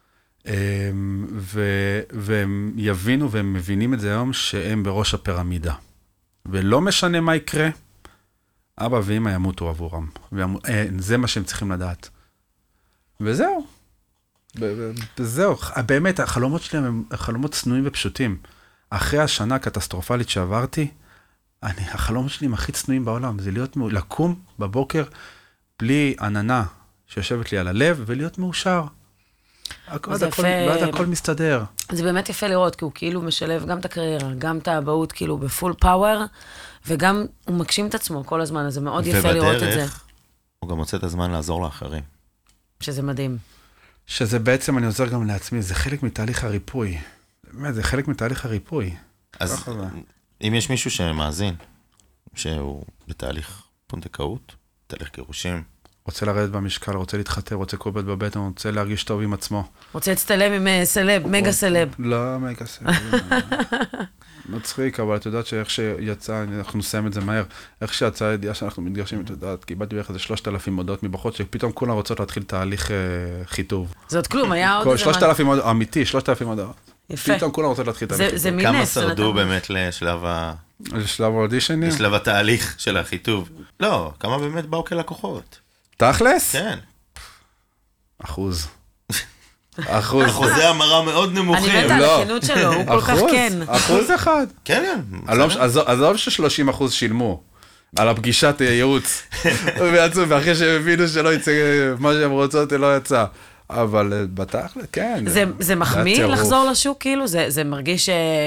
והם יבינו והם מבינים את זה היום שהם בראש הפירמידה. ולא משנה מה יקרה, אבא ואמא ימותו עבורם. זה מה שהם צריכים לדעת. וזהו. וזהו. באמת, החלומות שלי הם חלומות צנועים ופשוטים. אחרי השנה הקטסטרופלית שעברתי, החלומות שלי הם הכי צנועים בעולם. זה לקום בבוקר בלי עננה שיושבת לי על הלב, ולהיות מאושר. ואז הכל מסתדר. זה באמת יפה לראות, כי הוא כאילו משלב גם את הקריירה, גם את האבהות כאילו בפול פאוור, וגם הוא מגשים את עצמו כל הזמן, אז זה מאוד יפה לראות את זה. ובדרך, הוא גם מוצא את הזמן לעזור לאחרים. שזה מדהים. שזה בעצם, אני עוזר גם לעצמי, זה חלק מתהליך הריפוי. באמת, זה חלק מתהליך הריפוי. אז אם יש מישהו שמאזין, שהוא בתהליך פונדקאות, תהליך גירושים, רוצה לרדת במשקל, רוצה להתחתר, רוצה קובט בבטן, רוצה להרגיש טוב עם עצמו. רוצה להצטלם עם סלב, מגה סלב. לא, מגה סלב. מצחיק, אבל את יודעת שאיך שיצא, אנחנו נסיים את זה מהר, איך שיצא הידיעה שאנחנו מתגרשים, את יודעת, קיבלתי בערך איזה 3,000 הודעות מבחוץ, שפתאום כולם רוצות להתחיל תהליך חיתוב. זה עוד כלום, היה עוד... 3,000 הודעות, אמיתי, 3,000 הודעות. יפה. פתאום כולם רוצות להתחיל תהליך חיתוב. זה מינס. כמה שרדו באמת לשלב האודישנים? לשלב התהליך של החיתוב. לא, כמה באמת באו כלקוחות. תכלס? כן. אחוז. אחוזי המרה מאוד נמוכים. אני מתה על הכנות שלו, הוא כל כך כן. 1%. כן. עזוב ש30% שילמו על הפגישת ייעוץ. ואחרי שהם הבינו שלא יצא מה שהם רוצות, לא יצא. אבל בתכל'ס, כן. זה מחמיא לחזור לשוק, כאילו? זה מרגיש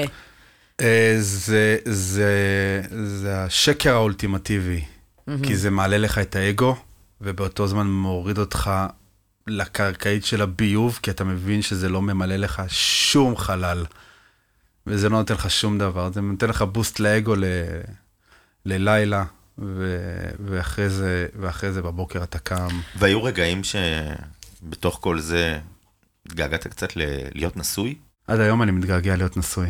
זה השקר האולטימטיבי. כי זה מעלה לך את האגו, ובאותו זמן מוריד אותך לקרקעית של הביוב, כי אתה מבין שזה לא ממלא לך שום חלל, וזה לא נותן לך שום דבר, זה נותן לך בוסט לאגו ללילה, ואחרי זה בבוקר אתה קם. והיו רגעים שבתוך כל זה התגעגעת קצת להיות נשוי? עד היום אני מתגעגע להיות נשוי.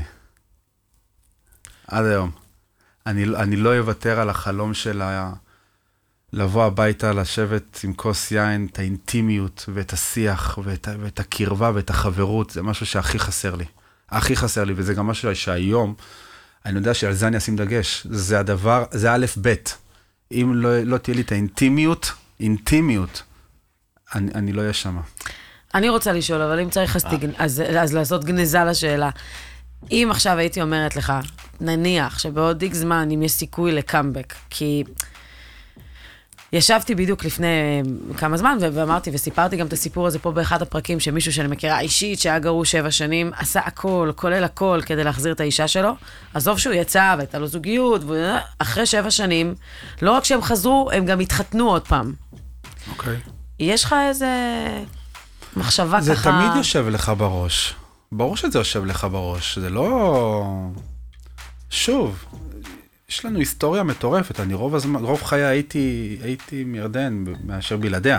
עד היום. אני לא אוותר על החלום של לבוא הביתה, לשבת עם כוס יין, את האינטימיות ואת השיח ואת הקרבה ואת החברות, זה משהו שהכי חסר לי. הכי חסר לי, וזה גם משהו שהיום, אני יודע שעל זה אני אשים דגש. זה הדבר, זה א' ב'. אם לא תהיה לי את האינטימיות, אני לא אהיה שמה. אני רוצה לשאול, אבל אם צריך אז לעשות גניזה לשאלה. אם עכשיו הייתי אומרת לך, נניח שבעוד דיק זמן, אם יש סיכוי לקאמבק, כי ישבתי בדיוק לפני כמה זמן, ואמרתי וסיפרתי גם את הסיפור הזה פה באחד הפרקים, שמישהו שאני מכירה אישית, שהיה גרוש 7 שנים, עשה הכל, כולל הכל, כדי להחזיר את האישה שלו. עזוב שהוא יצא, והייתה לו זוגיות, ואחרי 7 שנים, לא רק שהם חזרו, הם גם התחתנו עוד פעם. אוקיי. יש לך איזה מחשבה זה ככה? זה תמיד יושב לך בראש. ברור שזה יושב לך בראש. זה לא... שוב, יש לנו היסטוריה מטורפת. אני רוב חיי הייתי עם ירדן מאשר בלעדיה.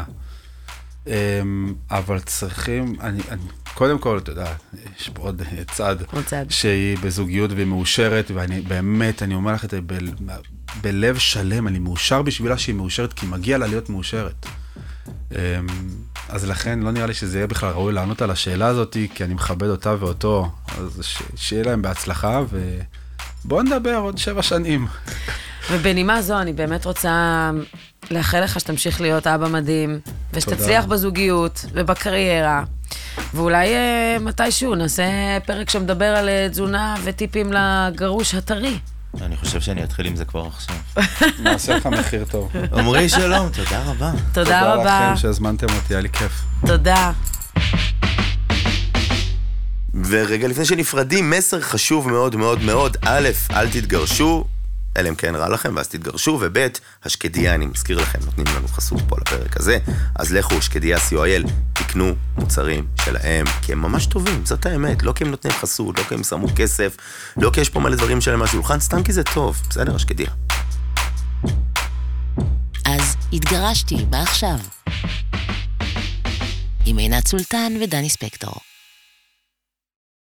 אבל צריכים... קודם כל, אתה יודע, יש פה עוד צד שהיא בזוגיות והיא מאושרת, ואני באמת, אני אומר לך את זה בלב שלם, אני מאושר בשבילה שהיא מאושרת, כי מגיע לה להיות מאושרת. אז לכן לא נראה לי שזה יהיה בכלל ראוי לענות על השאלה הזאת, כי אני מכבד אותה ואותו, אז שיהיה להם בהצלחה, ובואו נדבר עוד 7 שנים. ובנימה זו אני באמת רוצה לאחל לך שתמשיך להיות אבא מדהים, ושתצליח בזוגיות ובקריירה, ואולי מתישהו נעשה פרק שמדבר על תזונה וטיפים לגרוש הטרי. אני חושב שאני אתחיל עם זה כבר עכשיו. נעשה לך מחיר טוב. עמרי שלום, תודה רבה. תודה רבה. תודה לכם שהזמנתם אותי, היה לי כיף. תודה. ורגע לפני שנפרדים, מסר חשוב מאוד מאוד מאוד. א', אל תתגרשו, אלא אם כן רע לכם, ואז תתגרשו, וב', השקדיה, אני מזכיר לכם, נותנים לנו חסות פה לפרק הזה, אז לכו, שקדיה co.il, תקנו מוצרים שלהם, כי הם ממש טובים, זאת האמת, לא כי הם נותנים חסות, לא כי הם שמו כסף, לא כי יש פה מלא דברים שלהם מהשולחן, סתם כי זה טוב, בסדר, השקדיה. אז התגרשתי, מה עכשיו? עם עינת סולטן ודני ספקטור.